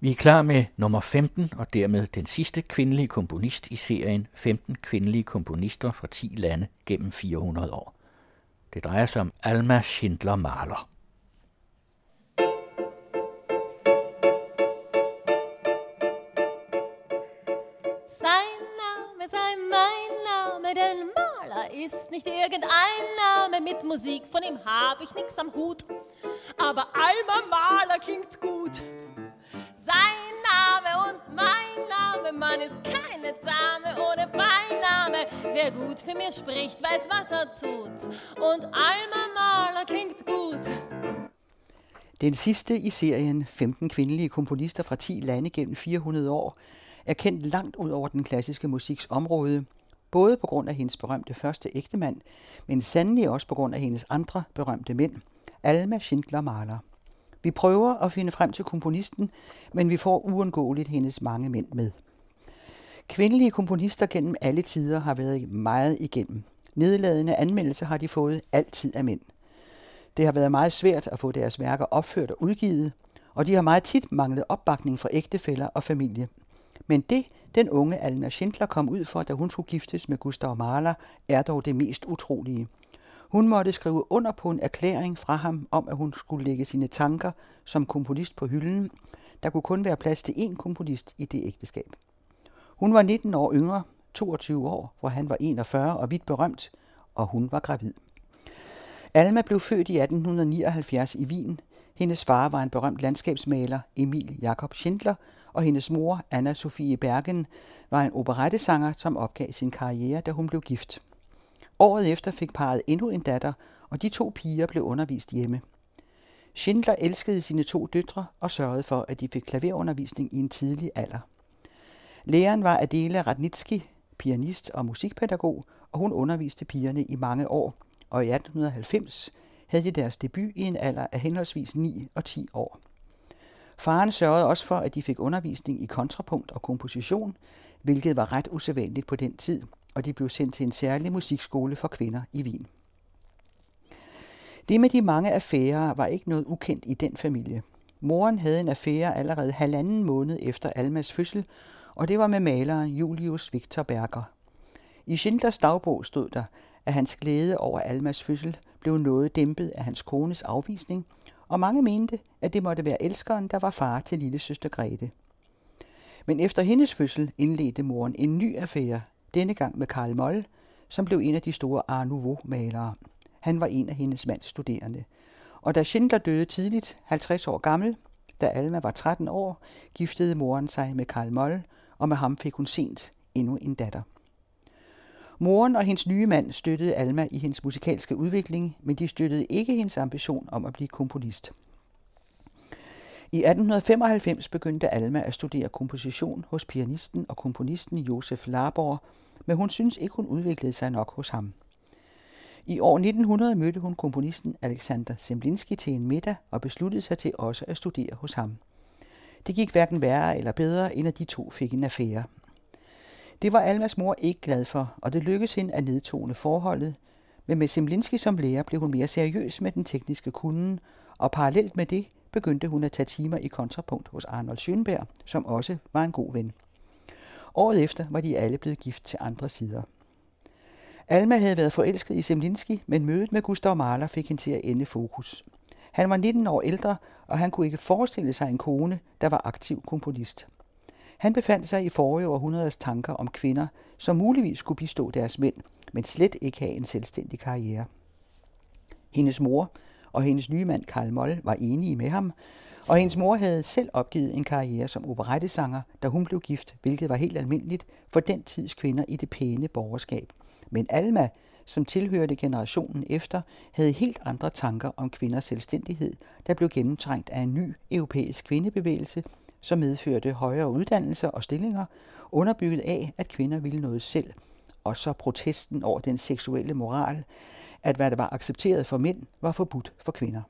Vi er klar med nummer 15, og dermed den sidste kvindelige komponist i serien 15 kvindelige komponister fra 10 lande gennem 400 år. Det drejer sig om Alma Schindler-Mahler. Sei mein Name, denn Mahler ist nicht irgendein Name. Mit Musik von ihm hab ich nix am Hut. Aber Alma Mahler klingt gut. Sein Name und mein Name, man ist keine Dame ohne Beiname. Wer gut für mich spricht, weiß, was tut. Und Alma Mahler klingt gut. Den sidste i serien 15 kvindelige komponister fra 10 lande gennem 400 år er kendt langt ud over den klassiske musiks område, både på grund af hendes berømte første ægtemand, men sandelig også på grund af hendes andre berømte mænd, Alma Schindler-Mahler. Vi prøver at finde frem til komponisten, men vi får uundgåeligt hendes mange mænd med. Kvindelige komponister gennem alle tider har været meget igennem. Nedladende anmeldelser har de fået altid af mænd. Det har været meget svært at få deres værker opført og udgivet, og de har meget tit manglet opbakning fra ægtefæller og familie. Men det, den unge Alma Schindler kom ud for, da hun skulle giftes med Gustav Mahler, er dog det mest utrolige. Hun måtte skrive under på en erklæring fra ham om, at hun skulle lægge sine tanker som komponist på hylden. Der kunne kun være plads til én komponist i det ægteskab. Hun var 19 år yngre, 22 år, hvor han var 41 og vidt berømt, og hun var gravid. Alma blev født i 1879 i Wien. Hendes far var en berømt landskabsmaler, Emil Jakob Schindler, og hendes mor, Anna Sophie Bergen, var en operettesanger, som opgav sin karriere, da hun blev gift. Året efter fik parret endnu en datter, og de 2 piger blev undervist hjemme. Schindler elskede sine 2 døtre og sørgede for, at de fik klaverundervisning i en tidlig alder. Læreren var Adela Radnitsky, pianist og musikpædagog, og hun underviste pigerne i mange år, og i 1890 havde de deres debut i en alder af henholdsvis 9 og 10 år. Faren sørgede også for, at de fik undervisning i kontrapunkt og komposition, hvilket var ret usædvanligt på den tid, og de blev sendt til en særlig musikskole for kvinder i Wien. Det med de mange affærer var ikke noget ukendt i den familie. Moren havde en affære allerede 1,5 måned efter Almas fødsel, og det var med maleren Julius Victor Berger. I Schindlers dagbog stod der, at hans glæde over Almas fødsel blev noget dæmpet af hans kones afvisning, og mange mente, at det måtte være elskeren, der var far til lillesøster Grete. Men efter hendes fødsel indledte moren en ny affære, denne gang med Carl Moll, som blev en af de store Art Nouveau-malere. Han var en af hendes mands studerende. Og da Schindler døde tidligt, 50 år gammel, da Alma var 13 år, giftede moren sig med Carl Moll, og med ham fik hun sent endnu en datter. Moren og hendes nye mand støttede Alma i hendes musikalske udvikling, men de støttede ikke hendes ambition om at blive komponist. I 1895 begyndte Alma at studere komposition hos pianisten og komponisten Josef Labor, men hun syntes ikke, hun udviklede sig nok hos ham. I år 1900 mødte hun komponisten Alexander Zemlinsky til en middag og besluttede sig til også at studere hos ham. Det gik hverken værre eller bedre, end at de 2 fik en affære. Det var Almas mor ikke glad for, og det lykkedes hende at nedtone forholdet, men med Zemlinsky som lærer blev hun mere seriøs med den tekniske kunnen, og parallelt med det begyndte hun at tage timer i kontrapunkt hos Arnold Schönberg, som også var en god ven. Året efter var de alle blevet gift til andre sider. Alma havde været forelsket i Zemlinsky, men mødet med Gustav Mahler fik hende til at ende fokus. Han var 19 år ældre, og han kunne ikke forestille sig en kone, der var aktiv komponist. Han befandt sig i forrige århundredes tanker om kvinder, som muligvis skulle bistå deres mænd, men slet ikke have en selvstændig karriere. Hendes mor og hendes nye mand Carl Moll var enige med ham, og hendes mor havde selv opgivet en karriere som operettesanger, da hun blev gift, hvilket var helt almindeligt for den tids kvinder i det pæne borgerskab. Men Alma, som tilhørte generationen efter, havde helt andre tanker om kvinders selvstændighed, der blev gennemtrængt af en ny europæisk kvindebevægelse, som medførte højere uddannelser og stillinger, underbygget af, at kvinder ville noget selv, og så protesten over den seksuelle moral, at hvad der var accepteret for mænd, var forbudt for kvinder.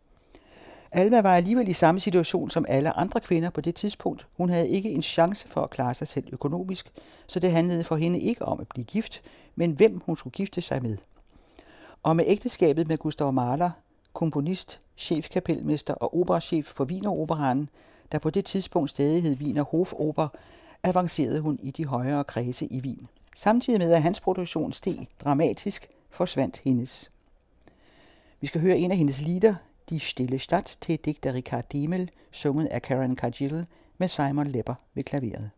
Alma var alligevel i samme situation som alle andre kvinder på det tidspunkt. Hun havde ikke en chance for at klare sig selv økonomisk, så det handlede for hende ikke om at blive gift, men hvem hun skulle gifte sig med. Og med ægteskabet med Gustav Mahler, komponist, chefkapelmester og operachef på Wiener Operaen, der på det tidspunkt stadig hed Wiener Hofoper, avancerede hun i de højere kredse i Wien. Samtidig med, at hans produktion steg dramatisk, forsvandt hendes. Vi skal høre en af hendes lieder, Die Stille Stadt, til et digt af Richard Demel, sunget af Karen Cargill med Simon Lepper ved klaveret.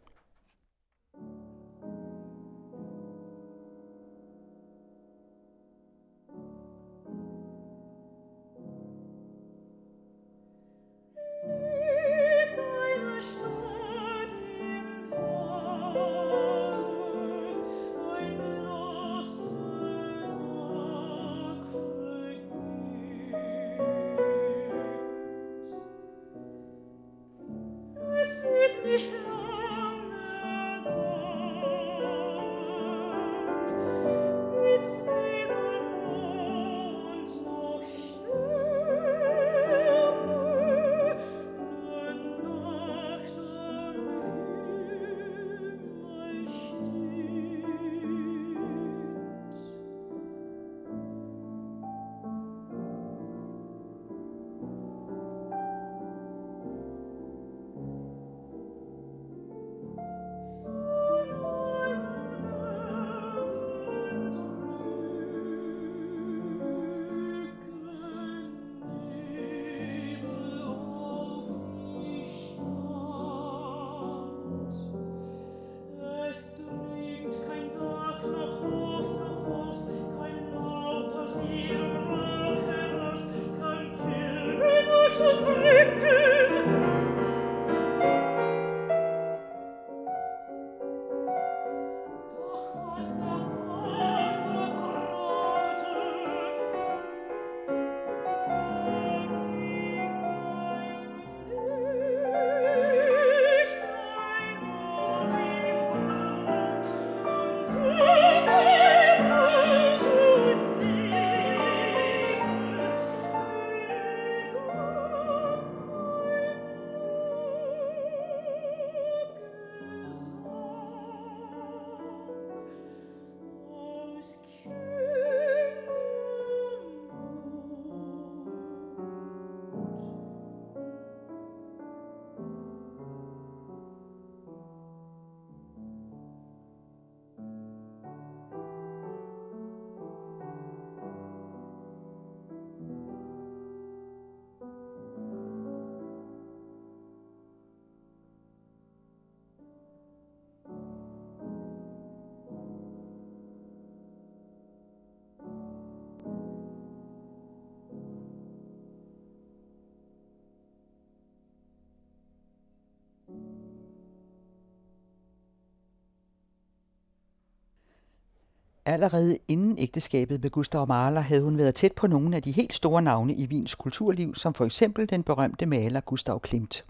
Allerede inden ægteskabet med Gustav Mahler havde hun været tæt på nogle af de helt store navne i Wiens kulturliv, som for eksempel den berømte maler Gustav Klimt.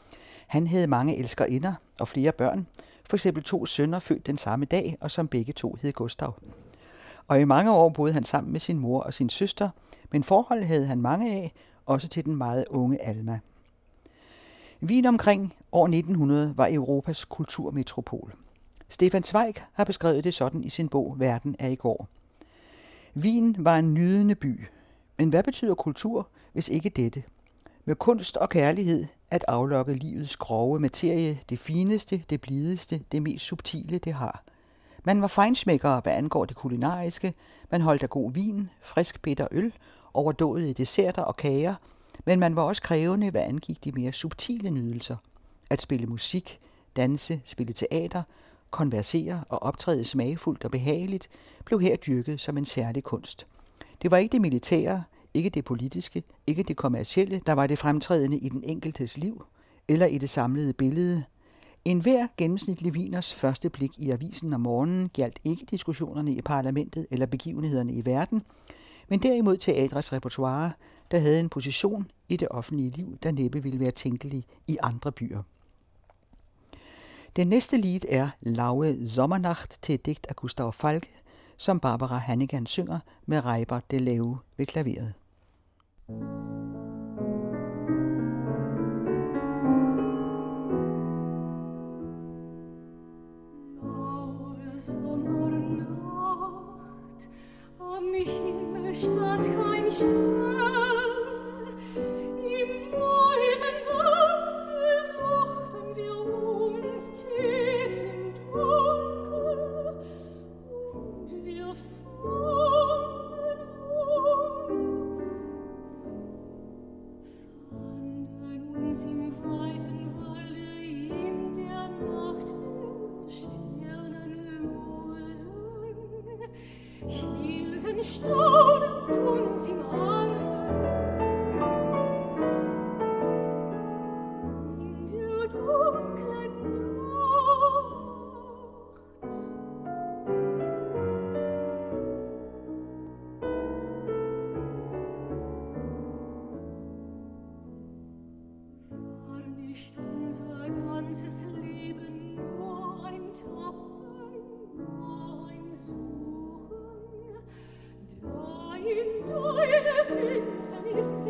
Han havde mange elskerinder og flere børn, for eksempel 2 sønner født den samme dag, og som begge 2 hed Gustav. Og i mange år boede han sammen med sin mor og sin søster, men forholdet havde han mange af, også til den meget unge Alma. Wien omkring år 1900 var Europas kulturmetropol. Stefan Zweig har beskrevet det sådan i sin bog Verden er i går. Wien var en nydende by, men hvad betyder kultur, hvis ikke dette? Med kunst og kærlighed at aflokke livets grove materie, det fineste, det blideste, det mest subtile, det har. Man var feinschmeckere, hvad angår det kulinariske, man holdt af god vin, frisk bitter øl, overdådige desserter og kager, men man var også krævende, hvad angik de mere subtile nydelser. At spille musik, danse, spille teater, konversere og optræde smagfuldt og behageligt, blev her dyrket som en særlig kunst. Det var ikke det militære, ikke det politiske, ikke det kommercielle, der var det fremtrædende i den enkeltes liv eller i det samlede billede. En hver gennemsnitlig wieners første blik i avisen om morgenen gjaldt ikke diskussionerne i parlamentet eller begivenhederne i verden, men derimod teatrets repertoire, der havde en position i det offentlige liv, der næppe ville være tænkelig i andre byer. Det næste lied er Laue Sommernacht til et digt af Gustav Falke, som Barbara Hannigan synger med Reiber de Leeuw ved klaveret. Laue Sommernacht, am Himmel stand kein Stern, im weiten Walde Staunen tun's im Arme. In der dunklen Nacht. War nicht unser ganzes Leben nur ein Tappen, nur ein Suchen, da in deine Finsternisse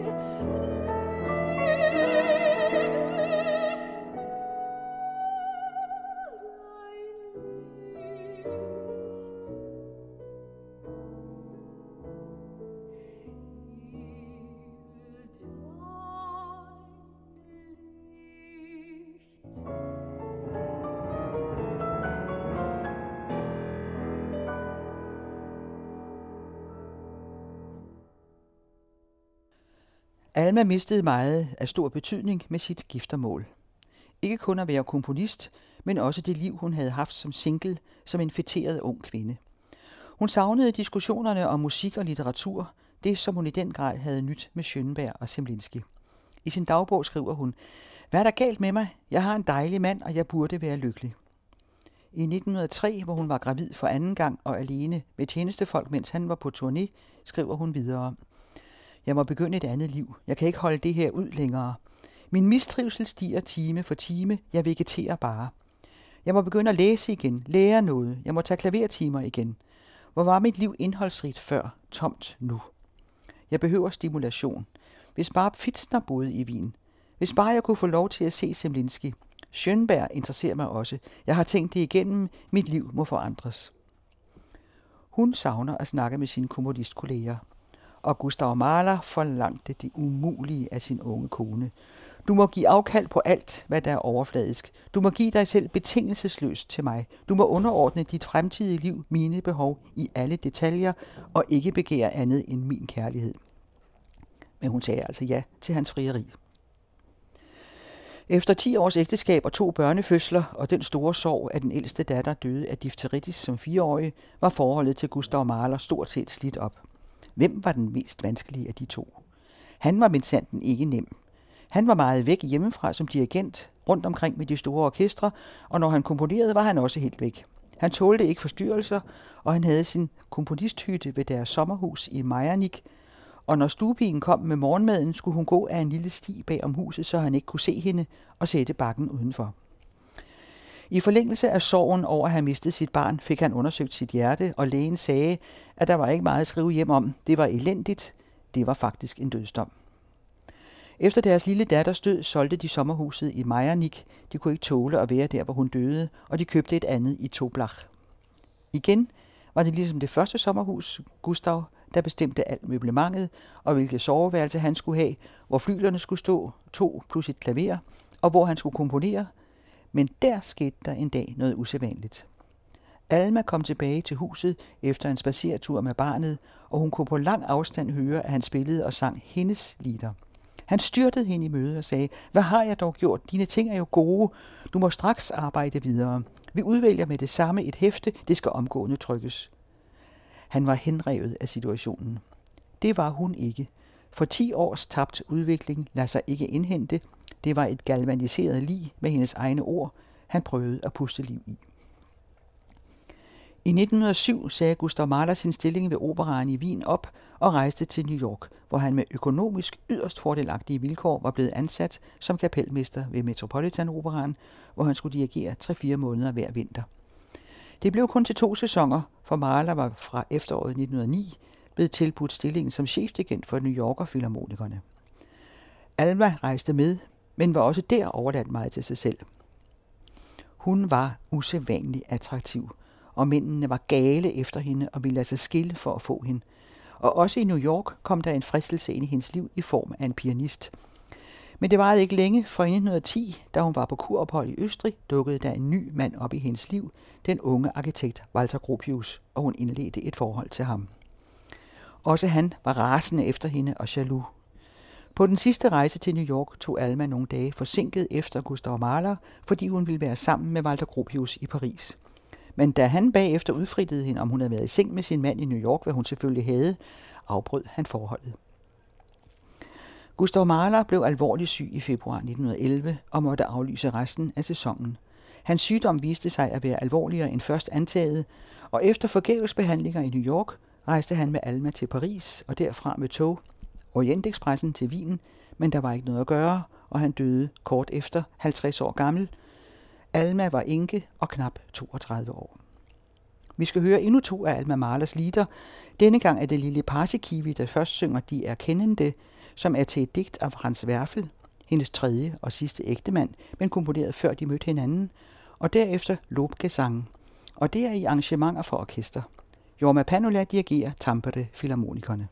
Alma mistede meget af stor betydning med sit giftermål. Ikke kun at være komponist, men også det liv, hun havde haft som single, som en fætteret ung kvinde. Hun savnede diskussionerne om musik og litteratur, det som hun i den grad havde nyt med Schönberg og Zemlinsky. I sin dagbog skriver hun: "Hvad er der galt med mig? Jeg har en dejlig mand, og jeg burde være lykkelig." I 1903, hvor hun var gravid for anden gang og alene med tjenestefolk, mens han var på turné, skriver hun videre: "Jeg må begynde et andet liv. Jeg kan ikke holde det her ud længere. Min mistrivsel stiger time for time. Jeg vegeterer bare. Jeg må begynde at læse igen, lære noget. Jeg må tage klavertimer igen. Hvor var mit liv indholdsrigt før, tomt nu. Jeg behøver stimulation. Hvis bare Pfitzner boede i Wien. Hvis bare jeg kunne få lov til at se Zemlinsky. Schönberg interesserer mig også. Jeg har tænkt det igennem. Mit liv må forandres." Hun savner at snakke med sine kommunistkolleger. Og Gustav Mahler forlangte det umulige af sin unge kone. "Du må give afkald på alt, hvad der er overfladisk. Du må give dig selv betingelsesløst til mig. Du må underordne dit fremtidige liv mine behov i alle detaljer, og ikke begære andet end min kærlighed." Men hun sagde altså ja til hans frieri. Efter 10 års ægteskab og 2 børnefødsler og den store sorg, at den ældste datter døde af difteritis som 4-årig, var forholdet til Gustav Mahler stort set slidt op. Hvem var den mest vanskelige af de 2? Han var minsandten ikke nem. Han var meget væk hjemmefra som dirigent, rundt omkring med de store orkestre, og når han komponerede, var han også helt væk. Han tålte ikke forstyrrelser, og han havde sin komponisthytte ved deres sommerhus i Majornik, og når stuepigen kom med morgenmaden, skulle hun gå af en lille sti bag om huset, så han ikke kunne se hende og sætte bakken udenfor. I forlængelse af sorgen over at have mistet sit barn, fik han undersøgt sit hjerte, og lægen sagde, at der var ikke meget at skrive hjem om. Det var elendigt. Det var faktisk en dødsdom. Efter deres lille datters død solgte de sommerhuset i Majornik. De kunne ikke tåle at være der, hvor hun døde, og de købte et andet i Toblach. Igen var det ligesom det første sommerhus, Gustav, der bestemte alt møblementet, og hvilket soveværelse han skulle have, hvor flyglerne skulle stå, 2 plus et klaver, og hvor han skulle komponere. Men der skete der en dag noget usædvanligt. Alma kom tilbage til huset efter en spadseretur med barnet, og hun kunne på lang afstand høre, at han spillede og sang hendes lieder. Han styrtede hende i møde og sagde: "Hvad har jeg dog gjort? Dine ting er jo gode. Du må straks arbejde videre. Vi udvælger med det samme et hæfte, det skal omgående trykkes." Han var henrevet af situationen. Det var hun ikke. For 10 års tabt udvikling lader sig ikke indhente. Det var et galvaniseret lig med hendes egne ord, han prøvede at puste liv i. I 1907 sagde Gustav Mahler sin stilling ved operaen i Wien op og rejste til New York, hvor han med økonomisk yderst fordelagtige vilkår var blevet ansat som kapelmester ved Metropolitan Operaen, hvor han skulle dirigere 3-4 måneder hver vinter. Det blev kun til 2 sæsoner, for Mahler var fra efteråret 1909 blevet tilbudt stillingen som chefdirigent for New Yorker Filharmonikerne. Alma rejste med, men var også der overladt meget til sig selv. Hun var usædvanligt attraktiv, og mændene var gale efter hende og ville lade sig skille for at få hende. Og også i New York kom der en fristelse ind i hendes liv i form af en pianist. Men det varede ikke længe, for i 1910, da hun var på kurophold i Østrig, dukkede der en ny mand op i hendes liv, den unge arkitekt Walter Gropius, og hun indledte et forhold til ham. Også han var rasende efter hende og jaloux. På den sidste rejse til New York tog Alma nogle dage forsinket efter Gustav Mahler, fordi hun ville være sammen med Walter Gropius i Paris. Men da han bagefter udfrittede hende, om hun havde været i seng med sin mand i New York, hvad hun selvfølgelig havde, afbrød han forholdet. Gustav Mahler blev alvorligt syg i februar 1911 og måtte aflyse resten af sæsonen. Hans sygdom viste sig at være alvorligere end først antaget, og efter forgæves behandlinger i New York rejste han med Alma til Paris og derfra med tog Orientekspressen til Wien, men der var ikke noget at gøre, og han døde kort efter, 50 år gammel. Alma var enke og knap 32 år. Vi skal høre endnu 2 af Alma Mahlers lieder. Denne gang er det Lille Parsikivi, der først synger De er kendende, som er til et digt af Franz Werfel, hendes 3. og sidste ægtemand, men komponeret før de mødte hinanden, og derefter Lobgesang, og det er i arrangementer for orkester. Jorma Panula dirigerer Tampere Filharmonikerne.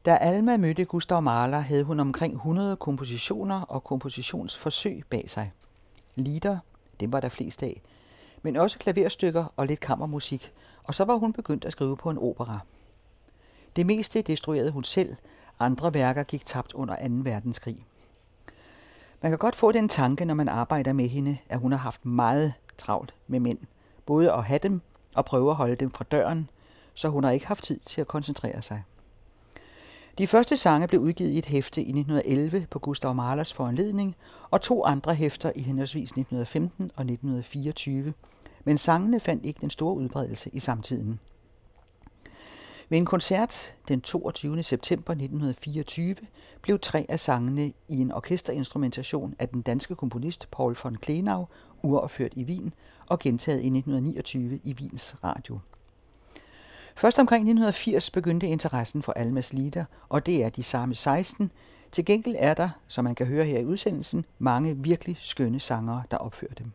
Da Alma mødte Gustav Mahler, havde hun omkring 100 kompositioner og kompositionsforsøg bag sig. Lieder, dem var der flest af, men også klaverstykker og lidt kammermusik, og så var hun begyndt at skrive på en opera. Det meste destruerede hun selv, andre værker gik tabt under 2. verdenskrig. Man kan godt få den tanke, når man arbejder med hende, at hun har haft meget travlt med mænd. Både at have dem og prøve at holde dem fra døren, så hun har ikke haft tid til at koncentrere sig. De første sange blev udgivet i et hæfte i 1911 på Gustav Mahlers foranledning, og 2 andre hæfter i henholdsvis 1915 og 1924, men sangene fandt ikke den store udbredelse i samtiden. Ved en koncert den 22. september 1924 blev 3 af sangene i en orkesterinstrumentation af den danske komponist Paul von Klenau uropført i Wien og gentaget i 1929 i Wiens radio. Først omkring 1980 begyndte interessen for Almas lieder, og det er de samme 16. Til gengæld er der, som man kan høre her i udsendelsen, mange virkelig skønne sangere, der opfører dem.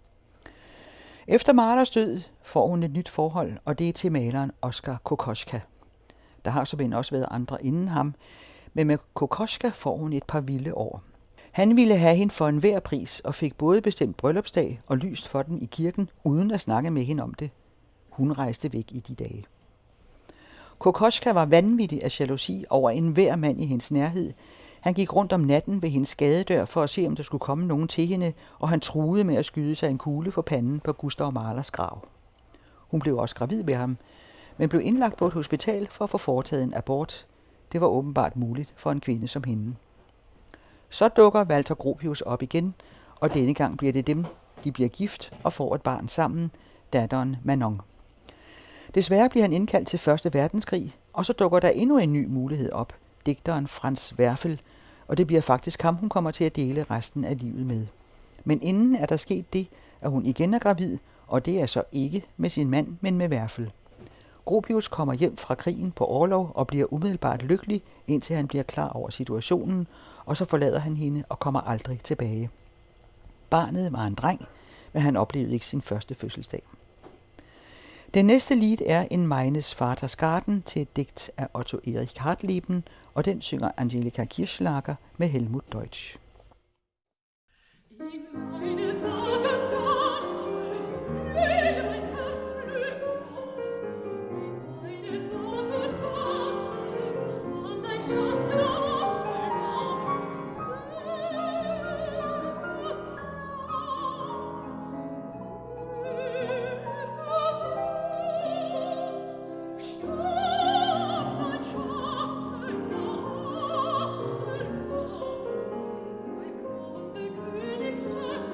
Efter Mahlers død får hun et nyt forhold, og det er til maleren Oskar Kokoschka. Der har såmænd også været andre inden ham, men med Kokoschka får hun et par vilde år. Han ville have hende for enhver pris og fik både bestemt bryllupsdag og lyst for den i kirken, uden at snakke med hende om det. Hun rejste væk i de dage. Kokoschka var vanvittig af jalousi over enhver mand i hendes nærhed. Han gik rundt om natten ved hendes gadedør for at se, om der skulle komme nogen til hende, og han truede med at skyde sig en kugle for panden på Gustav Mahlers grav. Hun blev også gravid med ham, men blev indlagt på et hospital for at få foretaget en abort. Det var åbenbart muligt for en kvinde som hende. Så dukker Walter Gropius op igen, og denne gang bliver det dem. De bliver gift og får et barn sammen, datteren Manon. Desværre bliver han indkaldt til 1. verdenskrig, og så dukker der endnu en ny mulighed op, digteren Franz Werfel, og det bliver faktisk ham, hun kommer til at dele resten af livet med. Men inden er der sket det, at hun igen er gravid, og det er så ikke med sin mand, men med Werfel. Gropius kommer hjem fra krigen på orlov og bliver umiddelbart lykkelig, indtil han bliver klar over situationen, og så forlader han hende og kommer aldrig tilbage. Barnet var en dreng, men han oplevede ikke sin første fødselsdag. Det næste lied er En meines Vaters Garten til et digt af Otto Erich Hartleben, og den synger Angelika Kirchschlager med Helmut Deutsch. Königsstadt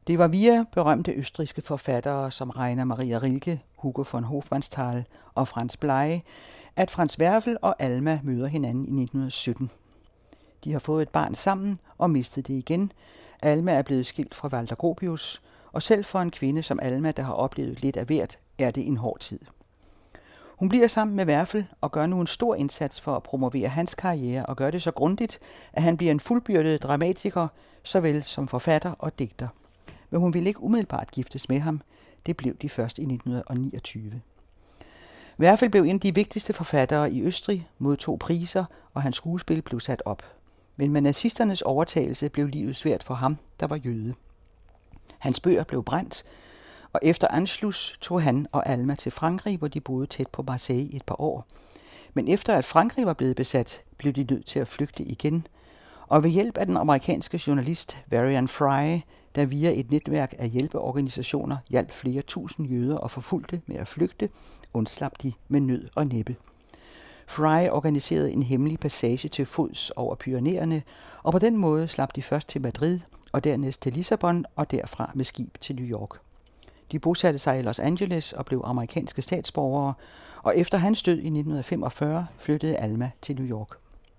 Det var via berømte østrigske forfattere som Rainer Maria Rilke, Hugo von Hofmannsthal og Franz Blei, at Franz Werfel og Alma møder hinanden i 1917. De har fået et barn sammen og mistet det igen. Alma er blevet skilt fra Walter Gropius, og selv for en kvinde som Alma, der har oplevet lidt af hvert, er det en hård tid. Hun bliver sammen med Werfel og gør nu en stor indsats for at promovere hans karriere og gør det så grundigt, at han bliver en fuldbyrdet dramatiker, såvel som forfatter og digter. Men hun ville ikke umiddelbart giftes med ham. Det blev de først i 1929. Werfel blev en af de vigtigste forfattere i Østrig, modtog priser, og hans skuespil blev sat op. Men med nazisternes overtagelse blev livet svært for ham, der var jøde. Hans bøger blev brændt, og efter Anschluss tog han og Alma til Frankrig, hvor de boede tæt på Marseille i et par år. Men efter at Frankrig var blevet besat, blev de nødt til at flygte igen. Og ved hjælp af den amerikanske journalist Varian Fry, der via et netværk af hjælpeorganisationer hjalp flere tusind jøder og forfulgte med at flygte, undslap de med nød og næppe. Fry organiserede en hemmelig passage til fods over Pyrenæerne, og på den måde slap de først til Madrid og dernæst til Lissabon og derfra med skib til New York. De bosatte sig i Los Angeles og blev amerikanske statsborgere, og efter hans død i 1945 flyttede Alma til New York.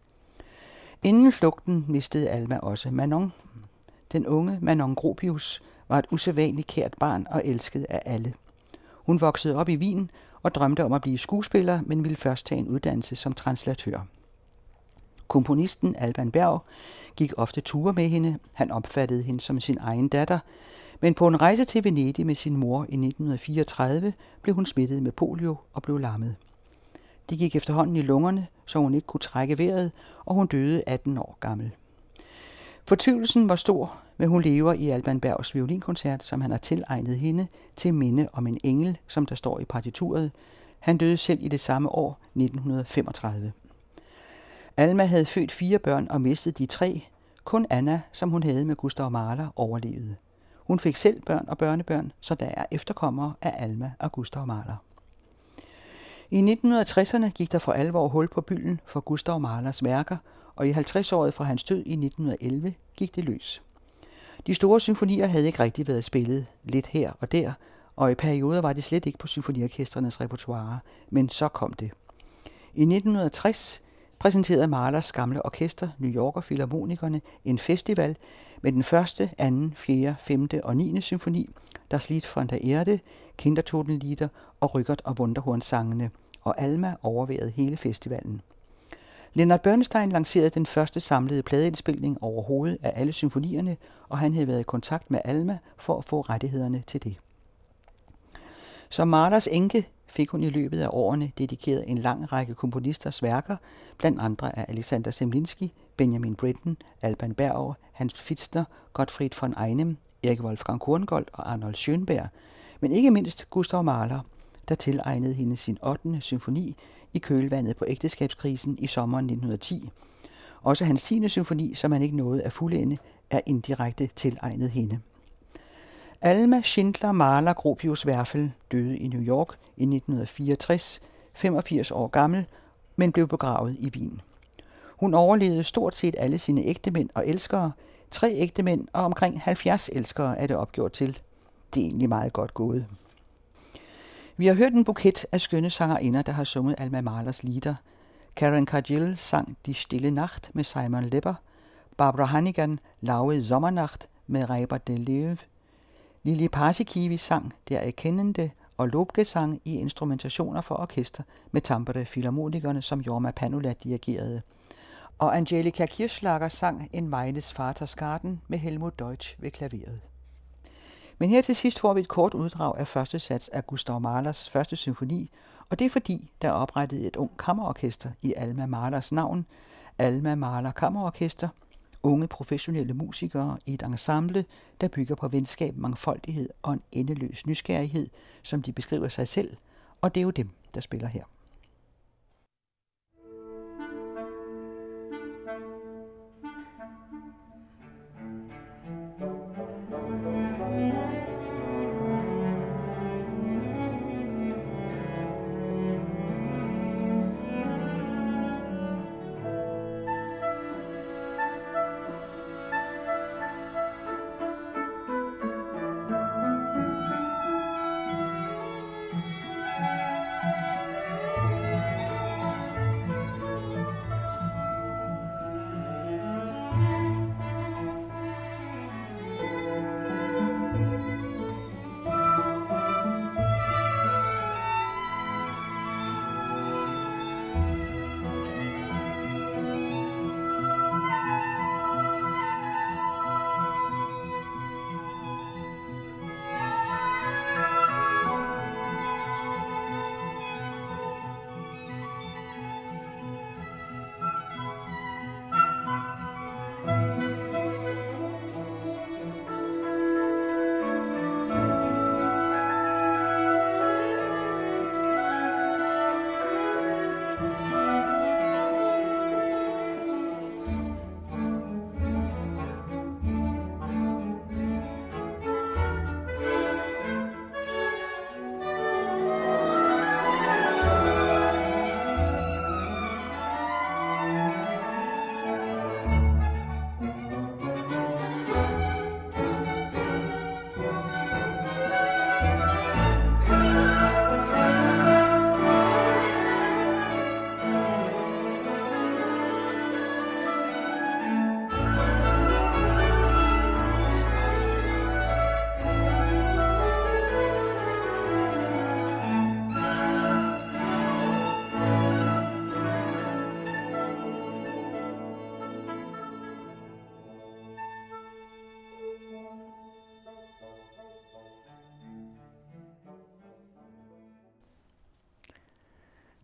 Inden flugten mistede Alma også Manon. Den unge Manon Gropius var et usædvanligt kært barn og elsket af alle. Hun voksede op i Wien og drømte om at blive skuespiller, men ville først tage en uddannelse som translatør. Komponisten Alban Berg gik ofte ture med hende. Han opfattede hende som sin egen datter, men på en rejse til Venedig med sin mor i 1934 blev hun smittet med polio og blev lammet. Det gik efterhånden i lungerne, så hun ikke kunne trække vejret, og hun døde 18 år gammel. Fortvivlelsen var stor, men hun lever i Alban Bergs violinkoncert, som han har tilegnet hende til minde om en engel, som der står i partituret. Han døde selv i det samme år, 1935. Alma havde født 4 børn og mistede de 3. Kun Anna, som hun havde med Gustav Mahler, overlevede. Hun fik selv børn og børnebørn, så der er efterkommere af Alma og Gustav Mahler. I 1960'erne gik der for alvor hul på bylden for Gustav Mahlers værker, og i 50-året fra hans død i 1911 gik det løs. De store symfonier havde ikke rigtig været spillet, lidt her og der, og i perioder var det slet ikke på symfoniorkestrenes repertoire, men så kom det. I 1960 præsenterede Mahlers gamle orkester, New Yorker Filharmonikerne, en festival med den 1., 2., 4., 5. og 9. symfoni, Das Lied von der Erde, Kindertotenlieder og Rückert og Wunderhorn-sangene, og Alma overværede hele festivalen. Leonard Bernstein lancerede den første samlede pladeindspilning overhovedet af alle symfonierne, og han havde været i kontakt med Alma for at få rettighederne til det. Som Mahlers enke fik hun i løbet af årene dedikeret en lang række komponisters værker, blandt andre af Alexander Zemlinsky, Benjamin Britten, Alban Berg, Hans Pfister, Gottfried von Einem, Erik Wolfgang Korngold og Arnold Schönberg, men ikke mindst Gustav Mahler, der tilegnede hende sin 8. symfoni i kølvandet på ægteskabskrisen i sommeren 1910. Også hans 10. symfoni, som han ikke nåede at fuldende, er indirekte tilegnet hende. Alma Schindler Mahler Gropius Werfel døde i New York i 1964, 85 år gammel, men blev begravet i Wien. Hun overlevede stort set alle sine ægtemænd og elskere, 3 ægtemænd og omkring 70 elskere er det opgjort til. Det er egentlig meget godt gået. Vi har hørt en buket af skønne sangerinder, der har sunget Alma Mahlers lieder. Karen Cargill sang Die Stille Nacht med Simon Lepper, Barbara Hannigan Laue Sommernacht med Reibert de Leeuw, Lili Paasikivi sang Der Erkennende og Lobgesang i instrumentationer for orkester med Tampere Filharmonikerne, som Jorma Panula dirigerede. Og Angelika Kirchschlager sang En Meines Vaters Garten med Helmut Deutsch ved klaveret. Men her til sidst får vi et kort uddrag af første sats af Gustav Mahlers 1. symfoni, og det er fordi, der er oprettet et ung kammerorkester i Alma Mahlers navn, Alma Mahler Kammerorkester, unge professionelle musikere i et ensemble, der bygger på venskab, mangfoldighed og en endeløs nysgerrighed, som de beskriver sig selv, og det er jo dem, der spiller her.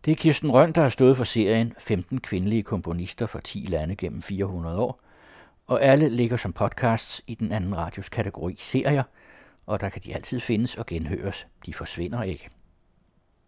Det er Kirsten Rønn, der har stået for serien 15 kvindelige komponister fra 10 lande gennem 400 år, og alle ligger som podcasts i den anden radios kategori serier, og der kan de altid findes og genhøres. De forsvinder ikke.